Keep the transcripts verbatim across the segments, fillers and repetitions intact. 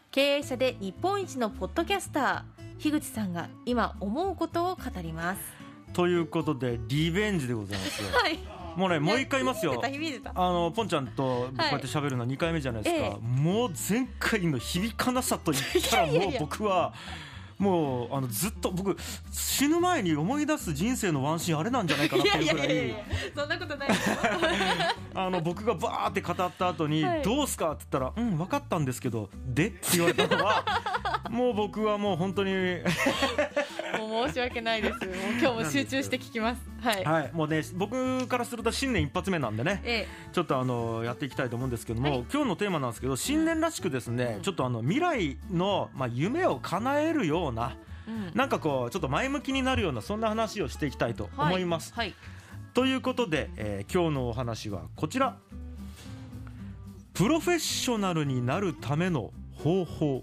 経営者で日本一のポッドキャスター樋口さんが今思うことを語ります。 ということでリベンジでございますよ。はいもうねもう一回言いますよ。あのポンちゃんとこうやって喋るのにかいめじゃないですか、はいええ、もう前回の響かなさと言ったらもう僕はもうあのずっと僕死ぬ前に思い出す人生のワンシーンあれなんじゃないかなっていうぐらい、いやいやいやいやそんなことないですよあの僕がバーって語った後に、はい、どうすかって言ったらうん分かったんですけどでって言われたのはもう僕はもう本当にもう申し訳ないです。もう今日も集中して聞きます。はい、はい、 もうね僕からすると新年一発目なんでね、ええ、ちょっとあのやっていきたいと思うんですけども、はい、今日のテーマなんですけど新年らしくですね、うん、ちょっとあの未来の、まあ、夢を叶えるような、うん、なんかこうちょっと前向きになるようなそんな話をしていきたいと思います、はいはい、ということで、えー、今日のお話はこちら。プロフェッショナルになるための方法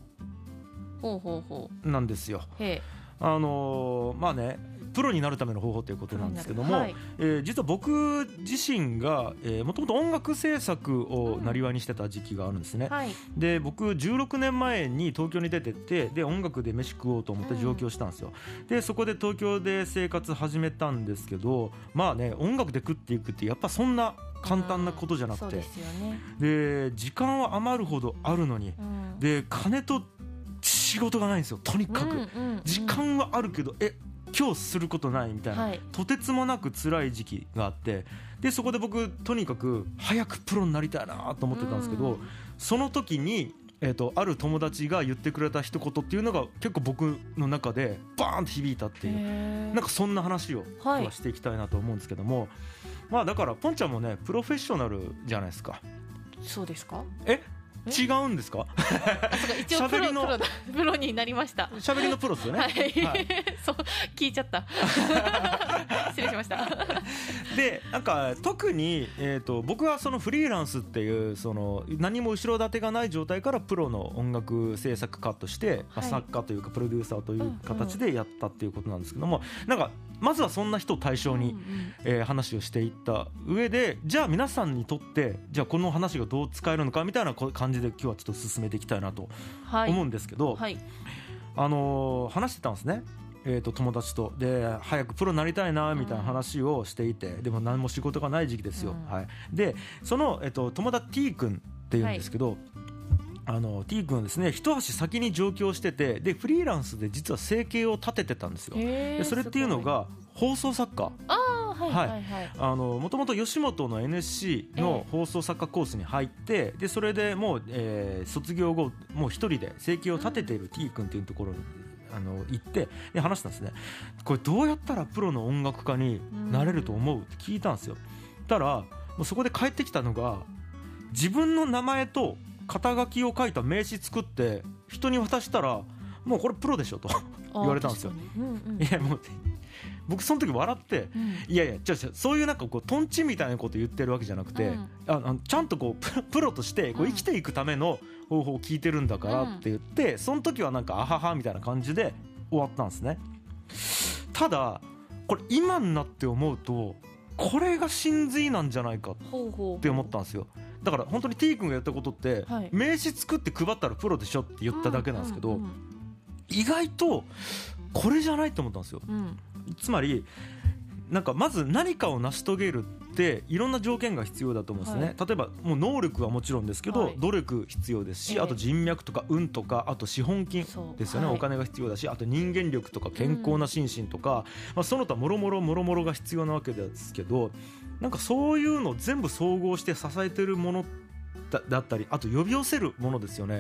なんですよ。へあのー、まあねプロになるための方法ということなんですけども、はいえー、実は僕自身がもともと音楽制作をなりわいにしてた時期があるんですね、うんはい、で僕じゅうろくねんまえに東京に出てってで音楽で飯食おうと思って上京したんですよ、うん、でそこで東京で生活始めたんですけどまあね音楽で食っていくってやっぱそんな簡単なことじゃなくて、うんそうですよね、で時間は余るほどあるのに、うん、で金と仕事がないんですよとにかく、うんうんうん、時間はあるけどえ今日することないみたいな、はい、とてつもなく辛い時期があってでそこで僕とにかく早くプロになりたいなと思ってたんですけど、うん、その時に、えーと、ある友達が言ってくれた一言っていうのが結構僕の中でバーンと響いたっていうなんかそんな話を今日はしていきたいなと思うんですけども、はい、まあだからポンちゃんもねプロフェッショナルじゃないですか。 そうですか。 え違うんですか。 あそうか一応プロ、プロだプロになりました。 喋りのプロですよね。はい、 はい、そう聞いちゃった失礼しましたでなんか特に、えーと、僕はそのフリーランスっていうその何も後ろ盾がない状態からプロの音楽制作家として、はいまあ、作家というかプロデューサーという形でやったっていうことなんですけども、うんうん、なんかまずはそんな人を対象に、うんうんえー、話をしていった上でじゃあ皆さんにとってじゃあこの話がどう使えるのかみたいな感じで今日はちょっと進めていきたいなと思うんですけど、はいはい、あのー、話してたんですね、えー、と友達とで早くプロになりたいなみたいな話をしていて、うん、でも何も仕事がない時期ですよ、うんはい、でその、えー、と友達 T 君っていうんですけど、はいあの T 君はですね一足先に上京しててでフリーランスで実は生計を立ててたんですよ。でそれっていうのが放送作家もともと吉本の エヌエスシー の放送作家コースに入ってでそれでもう、えー、卒業後もう一人で生計を立てている T 君っていうところにあの行ってで話したんですね。これどうやったらプロの音楽家になれると思うって聞いたんですよ。たらもうそこで返ってきたのが自分の名前と肩書きを書いた名刺作って人に渡したらもうこれプロでしょと言われたんですよ、うんうん、いやもう僕その時笑って、うん、いやいやじゃあそういうなんかこうトンチみたいなこと言ってるわけじゃなくて、うん、ああちゃんとこうプロとしてこう生きていくための方法を聞いてるんだからって言って、うん、その時はなんかあははみたいな感じで終わったんですね。ただこれ今になって思うとこれが真髄なんじゃないかって思ったんですよ。だから本当に T 君がやったことって、はい、名刺作って配ったらプロでしょって言っただけなんですけど、うんうんうん、意外とこれじゃないと思ったんですよ、うん、つまりなんかまず何かを成し遂げるっていろんな条件が必要だと思うんですね、はい、例えばもう能力はもちろんですけど、はい、努力必要ですし、えー、あと人脈とか運とかあと資本金ですよね、はい、お金が必要だしあと人間力とか健康な心身とか、うんまあ、その他もろもろもろもろが必要なわけですけどなんかそういうのを全部総合して支えてるものだ, だったりあと呼び寄せるものですよね、うん、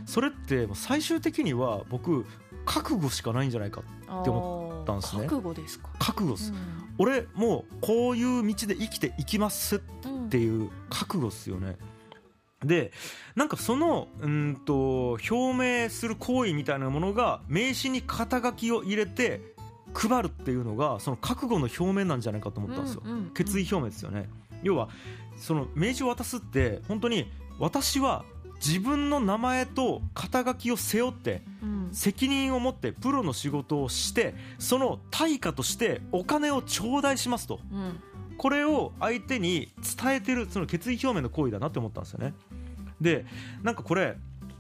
それって最終的には僕覚悟しかないんじゃないかって思ったんですね。 覚悟ですか。 覚悟です、うん、俺もうこういう道で生きていきますっていう覚悟ですよね、うん、でなんかそのうんと表明する行為みたいなものが名刺に肩書きを入れて配るっていうのがその覚悟の表明なんじゃないかと思ったんですよ、うんうんうん、決意表明ですよね。要はその名刺を渡すって本当に私は自分の名前と肩書きを背負って、うん、責任を持ってプロの仕事をしてその対価としてお金を頂戴しますと、うん、これを相手に伝えてるその決意表明の行為だなって思ったんですよね。でなんかこれ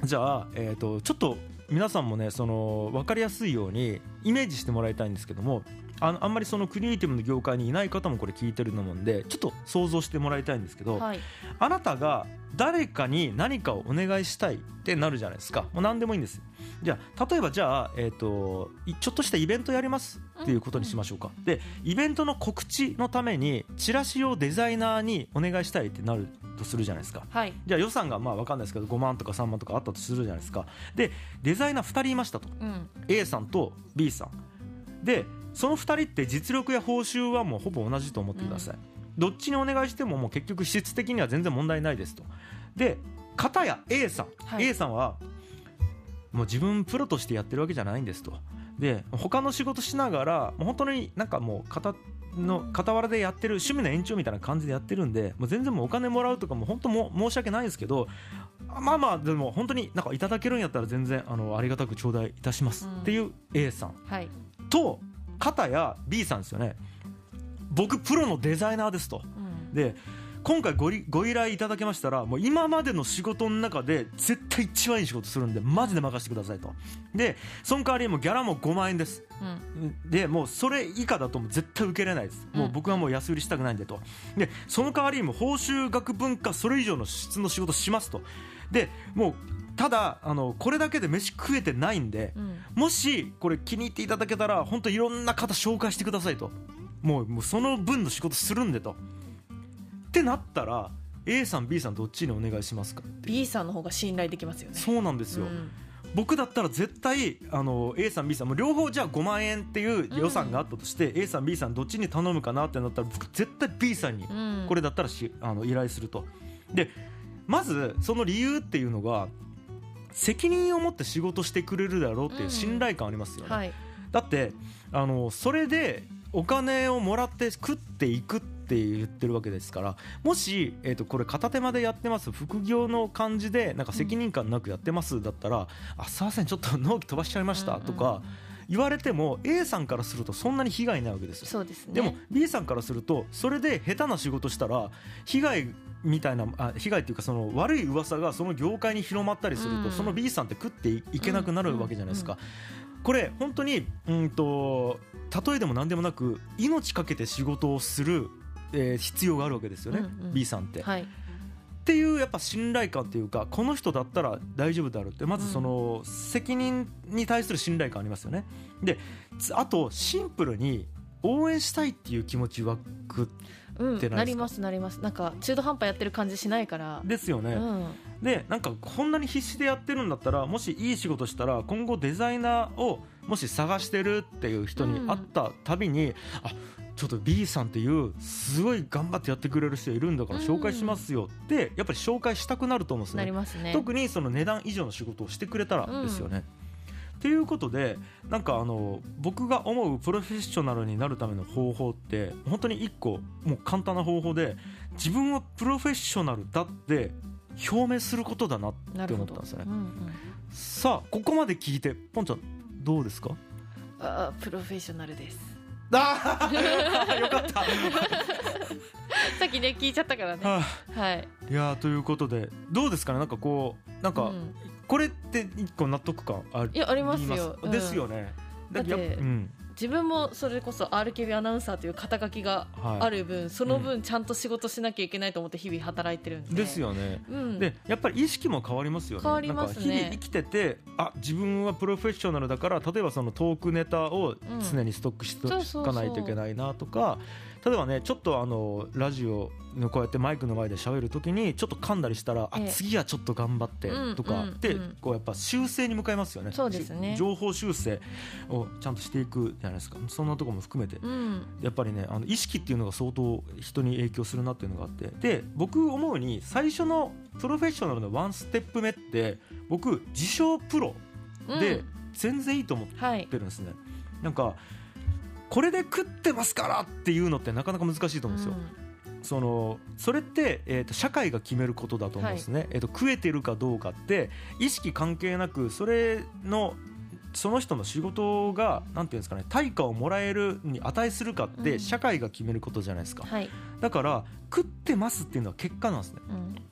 じゃあ、えー、とちょっと皆さんもねその分かりやすいようにイメージしてもらいたいんですけども、あのあんまりそのクリエイティブの業界にいない方もこれ聞いてると思うんで、ちょっと想像してもらいたいんですけど、 はい、 あなたが誰かに何かをお願いしたいってなるじゃないですか。もう何でもいいんです。じゃあ例えばじゃあ、えー、とちょっとしたイベントやりますっていうことにしましょうか。でイベントの告知のためにチラシをデザイナーにお願いしたいってなるとするじゃないですか。 はい、 じゃあ予算がまあ分かんないですけどごまんとかさんまんとかあったとするじゃないですか。でデザイナーふたりいましたと、 うん、 A さんと B さんで、そのふたりって実力や報酬はもうほぼ同じと思ってください、うん、どっちにお願いしてももう結局質的には全然問題ないですと。で片や A さん、はい、A さんはもう自分プロとしてやってるわけじゃないんですと。で他の仕事しながらもう本当になんかもう片の傍らでやってる趣味の延長みたいな感じでやってるんで、もう全然もうお金もらうとかも本当も申し訳ないんですけど、まあまあでも本当になんかいただけるんやったら全然あのありがたく頂戴いたしますっていう A さん、はい、と片や B さんですよね。僕プロのデザイナーですと、うん、で今回 ご, ご依頼いただけましたらもう今までの仕事の中で絶対一番いい仕事するんでマジで任せてくださいと。でその代わりもギャラもごまんえんです、うん、でもうそれ以下だともう絶対受けれないです、うん、もう僕はもう安売りしたくないんでと。でその代わりも報酬額分かそれ以上の質の仕事しますと。でもうただあのこれだけで飯食えてないんで、うん、もしこれ気に入っていただけたら本当いろんな方紹介してくださいと。もう、もうその分の仕事するんでとってなったら A さん B さんどっちにお願いしますかって。 B さんの方が信頼できますよね。 そうなんですよ、うん、僕だったら絶対あの A さん B さんも両方じゃあごまんえんっていう予算があったとして、うん、A さん B さんどっちに頼むかなってなったら僕絶対 B さんにこれだったらし、うん、あの依頼すると。でまずその理由っていうのが責任を持って仕事してくれるだろうっていう信頼感ありますよね、うんはい、だってあのそれでお金をもらって食っていくって言ってるわけですから、もし、えーと、これ片手間でやってます副業の感じでなんか責任感なくやってますだったら、うん、あすいませんちょっと納期飛ばしちゃいましたとか言われても A さんからするとそんなに被害ないわけですよ。 そうですね。 でも B さんからするとそれで下手な仕事したら被害みたいなあ被害っていうかその悪い噂がその業界に広まったりすると、うん、その B さんって食っていけなくなるわけじゃないですか、うんうんうん、これ本当にうんと例えでも何でもなく命かけて仕事をする、えー、必要があるわけですよね、うんうん、B さんって、はい、っていうやっぱ信頼感というかこの人だったら大丈夫だろうってまずその責任に対する信頼感ありますよね。であとシンプルに応援したいっていう気持ち湧くってないですか、うん、 なりますなります。なんか中途半端やってる感じしないからですよね、うん、でなんかこんなに必死でやってるんだったらもしいい仕事したら今後デザイナーをもし探してるっていう人に会ったたびに、うん、あちょっと B さんっていうすごい頑張ってやってくれる人いるんだから紹介しますよってやっぱり紹介したくなると思うんですね。 なりますね。 特にその値段以上の仕事をしてくれたらですよね、うんっていうことでなんかあの僕が思うプロフェッショナルになるための方法って本当に一個もう簡単な方法で自分はプロフェッショナルだって表明することだなって思ったんですよね、うんうん、さあここまで聞いてポンちゃんどうですか？ あプロフェッショナルです。 あよかったさっきね聞いちゃったからね、はあ、はい、 いやということでどうですかねなんかこうなんか、うんこれって一個納得感あるいやありますよ、 うん、ですよね。 だって、うん、自分もそれこそ アールケービー アナウンサーという肩書きがある分、はい、その分ちゃんと仕事しなきゃいけないと思って日々働いてるんでですよね、うん、でやっぱり意識も変わりますよね。 変わりますね。 なんか日々生きててあ自分はプロフェッショナルだから例えばそのトークネタを常にストックしとかないといけないなとか、例えばねちょっとあのラジオのこうやってマイクの前で喋るときにちょっと噛んだりしたら、ええ、あ次はちょっと頑張ってとかで、うんうんうん、こうやっぱ修正に向かいますよね。 そうですね。 情報修正をちゃんとしていくじゃないですか。そんなところも含めて、うん、やっぱりねあの意識っていうのが相当人に影響するなっていうのがあって、で僕思うに最初のプロフェッショナルのワンステップ目って僕自称プロで全然いいと思ってるんですね、うんはい、なんかこれで食ってますからっていうのってなかなか難しいと思うんですよ、うん、そのそれって、えーと、社会が決めることだと思うんですね、はいえーと、食えてるかどうかって意識関係なくそれのその人の仕事がなんていうんですかね対価をもらえるに値するかって社会が決めることじゃないですか、うんはい、だから食ってますっていうのは結果なんですね、うん、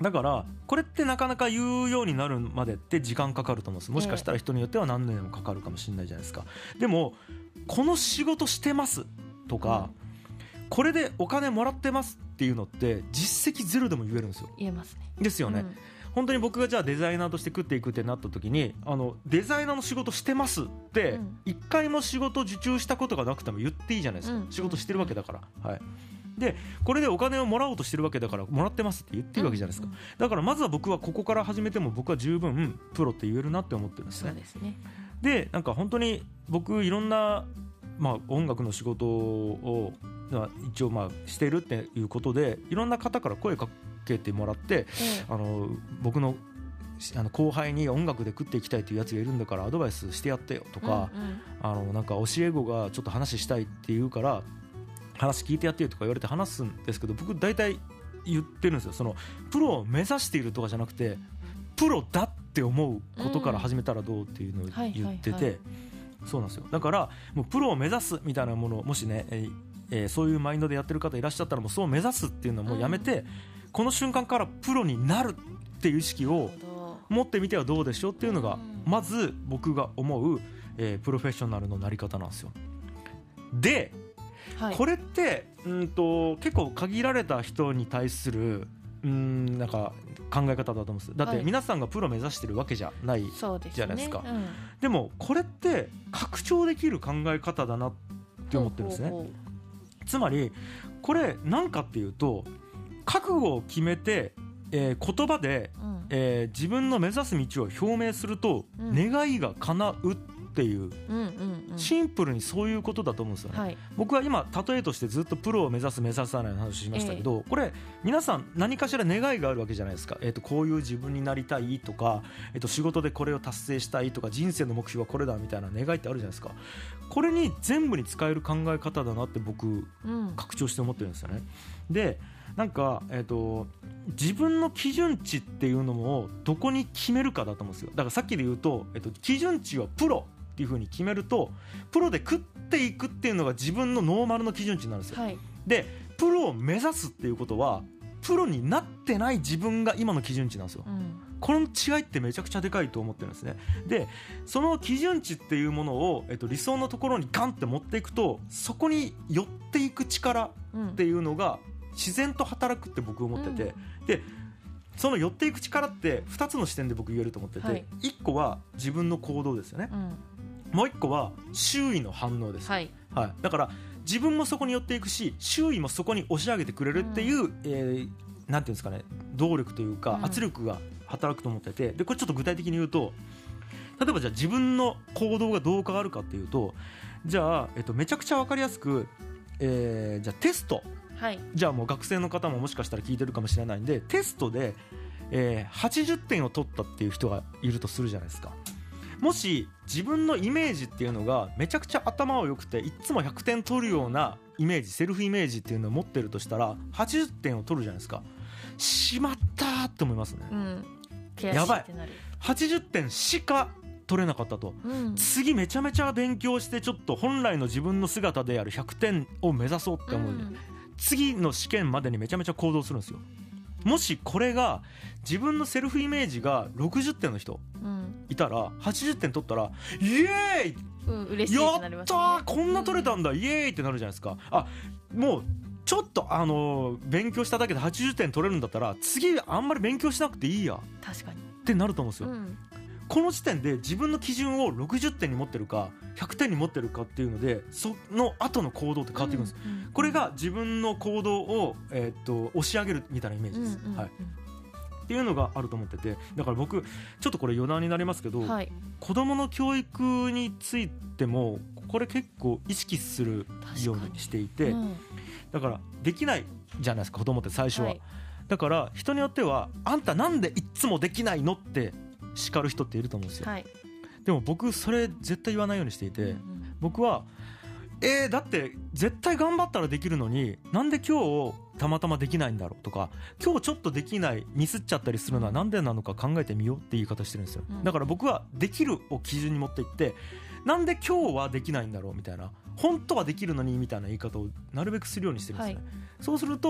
だからこれってなかなか言うようになるまでって時間かかると思うんです。もしかしたら人によっては何年もかかるかもしれないじゃないですか。でもこの仕事してますとか、うん、これでお金もらってますっていうのって実績ゼロでも言えるんですよ。 言えますね。 ですよね、うん、本当に僕がじゃあデザイナーとして食っていくってなった時に、あのデザイナーの仕事してますって一回も仕事受注したことがなくても言っていいじゃないですか、うん、仕事してるわけだから、はい、でこれでお金をもらおうとしてるわけだからもらってますって言ってるわけじゃないですか、うんうん、だからまずは僕はここから始めても僕は十分プロって言えるなって思ってるんですね。 そうですね。 でなんか本当に僕いろんな、まあ、音楽の仕事を一応まあしてるっていうことでいろんな方から声かけてもらって、うん、あの僕のあの後輩に音楽で食っていきたいというやつがいるんだからアドバイスしてやってよとか、うんうん、あのなんか教え子がちょっと話したいって言うから話聞いてやってよとか言われて話すんですけど、僕大体言ってるんですよ。そのプロを目指しているとかじゃなくてプロだって思うことから始めたらどうっていうのを言ってて、そうなんですよ。だからもうプロを目指すみたいなものをもしね、えーえー、そういうマインドでやってる方いらっしゃったらもうそう目指すっていうのをもうやめて、うん、この瞬間からプロになるっていう意識を持ってみてはどうでしょうっていうのがまず僕が思う、えー、プロフェッショナルのなり方なんですよ。で、はい、これってうんと結構限られた人に対するうんなんか考え方だと思うんです。だって皆さんがプロ目指してるわけじゃないじゃないですか。はい、 で, すね、うん、でもこれって拡張できる考え方だなって思ってるんですね。ほうほうほう。つまりこれ何かっていうと覚悟を決めて、えー、言葉で、うんえー、自分の目指す道を表明すると、うん、願いが叶うっていう、うんうんうん、シンプルにそういうことだと思うんですよね。はい、僕は今例えとしてずっとプロを目指す目指さないの話しましたけど、えー、これ皆さん何かしら願いがあるわけじゃないですか。えーと、こういう自分になりたいとか、えーと、仕事でこれを達成したいとか人生の目標はこれだみたいな願いってあるじゃないですか。これに全部に使える考え方だなって僕、うん、拡張して思ってるんですよね。でなんか、えーと、自分の基準値っていうのもどこに決めるかだと思うんですよ。だからさっきで言うと、えーと、基準値はプロっていう風に決めるとプロで食っていくっていうのが自分のノーマルの基準値になるんですよ。はい、でプロを目指すっていうことはプロになってない自分が今の基準値なんですよ。うん、この違いってめちゃくちゃでかいと思ってるんですね。でその基準値っていうものを、えっと、理想のところにガンって持っていくとそこに寄っていく力っていうのが自然と働くって僕思ってて、うん、でその寄っていく力ってふたつの視点で僕言えると思ってて、はい、いっこは自分の行動ですよね。うんもう一個は周囲の反応です。はいはい、だから自分もそこに寄っていくし周囲もそこに押し上げてくれるっていう、うんえー、なんていうんですかね動力というか圧力が働くと思ってて、でこれちょっと具体的に言うと例えばじゃあ自分の行動がどう変わるかっていうとじゃあ、えっと、めちゃくちゃ分かりやすく、えー、じゃあテスト、はい、じゃあもう学生の方ももしかしたら聞いてるかもしれないんでテストで、えー、はちじゅってんを取ったっていう人がいるとするじゃないですか。もし自分のイメージっていうのがめちゃくちゃ頭が良くていつもひゃくてん取るようなイメージセルフイメージっていうのを持ってるとしたらはちじゅってんを取るじゃないですか。しまったって思いますね、うん、やばいはちじゅってんしか取れなかったと、うん、次めちゃめちゃ勉強してちょっと本来の自分の姿であるひゃくてんを目指そうって思う、うん、次の試験までにめちゃめちゃ行動するんですよ。もしこれが自分のセルフイメージがろくじゅってんの人いたらはちじゅってん取ったらイエーイ、うん、嬉しいってなりますね。やったーこんな取れたんだ、うん、イエーイってなるじゃないですか。あもうちょっとあのー、勉強しただけではちじゅってん取れるんだったら次あんまり勉強しなくていいや確かにってなると思うんですよ、うん、この時点で自分の基準をろくじゅってんに持ってるかひゃくてんに持ってるかっていうのでその後の行動って変わっていくんです、うんうんうん、これが自分の行動を、えー、っと押し上げるみたいなイメージです、うんうんうんはい、っていうのがあると思っててだから僕ちょっとこれ余談になりますけど、はい、子どもの教育についてもこれ結構意識するようにしていて、うん、だからできないじゃないですか子どもって最初は、はい、だから人によってはあんたなんでいっつもできないのって叱る人っていると思うんですよ、はい、でも僕それ絶対言わないようにしていて、うんうん、僕はえー、だって絶対頑張ったらできるのになんで今日たまたまできないんだろうとか今日ちょっとできないミスっちゃったりするのはなんでなのか考えてみようって言い方してるんですよ、うん、だから僕はできるを基準に持っていってなんで今日はできないんだろうみたいな本当はできるのにみたいな言い方をなるべくするようにしてるんですよね、はい、そうすると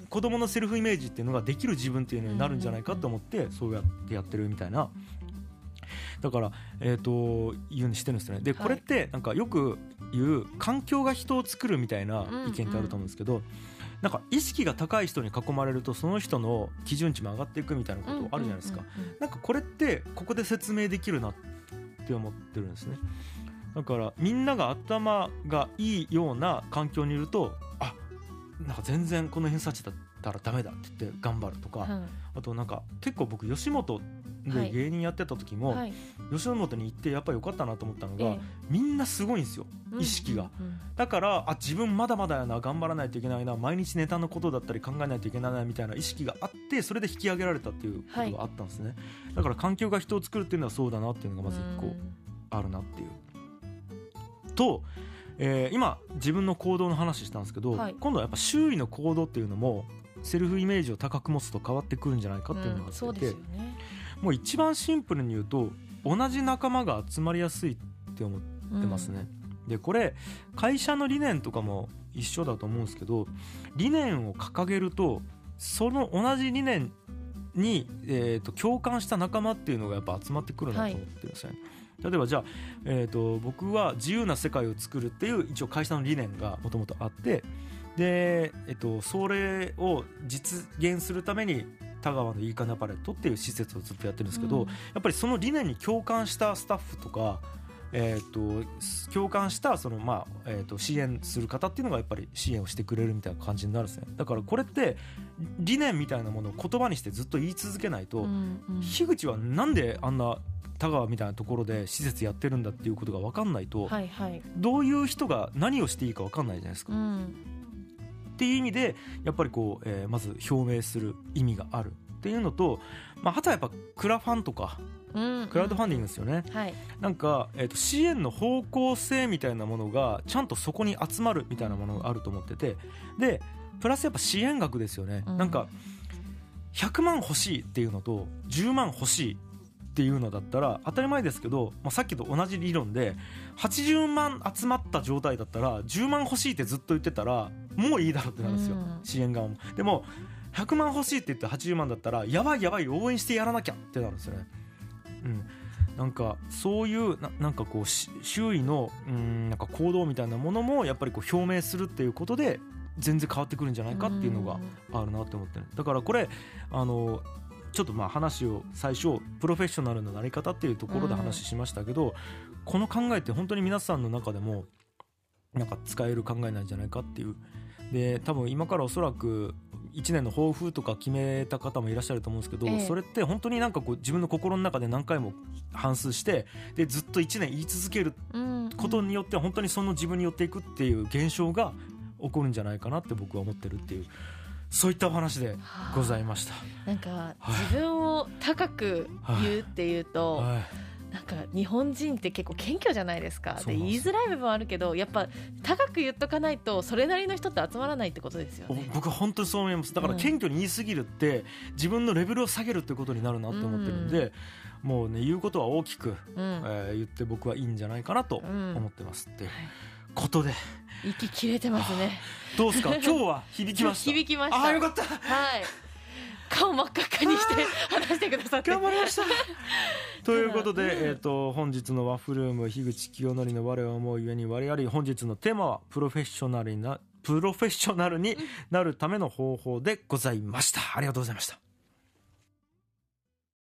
子供のセルフイメージっていうのができる自分っていうのになるんじゃないかと思ってそうやってやってるみたいな。だから、えー、というようにしてるんですよね。でこれってなんかよく言う環境が人を作るみたいな意見ってあると思うんですけど、うんうん、なんか意識が高い人に囲まれるとその人の基準値も上がっていくみたいなことあるじゃないですか。なんかこれってここで説明できるなって思ってるんですね。だからみんなが頭がいいような環境にいると、あ、なんか全然この偏差値だったらダメだって言って頑張るとか、うん、あとなんか結構僕吉本で芸人やってた時も、はいはい、吉本に行ってやっぱり良かったなと思ったのが、ええ、みんなすごいんですよ、意識が、うんうんうん、だからあ自分まだまだやな、頑張らないといけないな、毎日ネタのことだったり考えないといけないなみたいな意識があって、それで引き上げられたっていうことがあったんですね、はい、だから環境が人を作るっていうのはそうだなっていうのがまず一個あるなっていうと、えー、今自分の行動の話したんですけど、はい、今度はやっぱ周囲の行動っていうのもセルフイメージを高く持つと変わってくるんじゃないかっていうのがあって、うん、そうですよね。もう一番シンプルに言うと同じ仲間が集まりやすいって思ってますね、うん、でこれ会社の理念とかも一緒だと思うんですけど、理念を掲げるとその同じ理念に、えー、と共感した仲間っていうのがやっぱ集まってくるなと思ってるんですよね、はい、例えばじゃあ、えー、と僕は自由な世界を作るっていう一応会社の理念がもともとあって、で、えっと、それを実現するために田川のいいかなパレットっていう施設をずっとやってるんですけど、うん、やっぱりその理念に共感したスタッフとか、えー、と共感したその、まあえー、と支援する方っていうのがやっぱり支援をしてくれるみたいな感じになるんですね。だからこれって理念みたいなものを言葉にしてずっと言い続けないと、うんうん、樋口はなんであんな田川みたいなところで施設やってるんだっていうことが分かんないと、はいはい、どういう人が何をしていいか分かんないじゃないですか、うんっていう意味でやっぱりこう、えー、まず表明する意味があるっていうのと、まあ、あとはやっぱクラファンとか、うん、クラウドファンディングですよね、はい、なんか、えーと、支援の方向性みたいなものがちゃんとそこに集まるみたいなものがあると思ってて、でプラスやっぱ支援額ですよね、うん、なんかひゃくまん欲しいっていうのとじゅうまん欲しいっていうのだったら当たり前ですけど、まあ、さっきと同じ理論ではちじゅうまん集まった状態だったらじゅうまん欲しいってずっと言ってたらもういいだろうってなるんですよ、うん、支援側も。でもひゃくまん欲しいって言ってはちじゅうまんだったらやばいやばい応援してやらなきゃってなるんですよね、うん、なんかそういう な, なんかこう周囲のうんなんか行動みたいなものもやっぱりこう表明するっていうことで全然変わってくるんじゃないかっていうのがあるなって思ってる。だからこれあのちょっとまあ話を最初プロフェッショナルのなり方っていうところで話しましたけど、うん、この考えって本当に皆さんの中でもなんか使える考えなんじゃないかっていう。で多分今からおそらくいちねんの抱負とか決めた方もいらっしゃると思うんですけど、ええ、それって本当になんかこう自分の心の中で何回も反芻してでずっといちねん言い続けることによって本当にその自分に寄っていくっていう現象が起こるんじゃないかなって僕は思ってるっていう、そういったお話でございました。 なんか自分を高く言うっていうと、はいはい、なんか日本人って結構謙虚じゃないですか。で言いづらい部分はあるけどやっぱ高く言っとかないとそれなりの人って集まらないってことですよね。 僕は本当にそう思います。だから謙虚に言い過ぎるって、うん、自分のレベルを下げるってことになるなって思ってるんで、うん、もうね言うことは大きく、うんえー、言って僕はいいんじゃないかなと思ってますって、うんはいことで息切れてますね。 どうですか今日は響きました。 響きました。 あよかった、 はい、顔真っ赤っかにして話してくださって頑張りましたということで、うんえー、と本日のワッフルーム樋口清則の我を思うゆえに我あり、本日のテーマはプロフェッショナルなプロフェッショナルになるための方法でございました。ありがとうございました。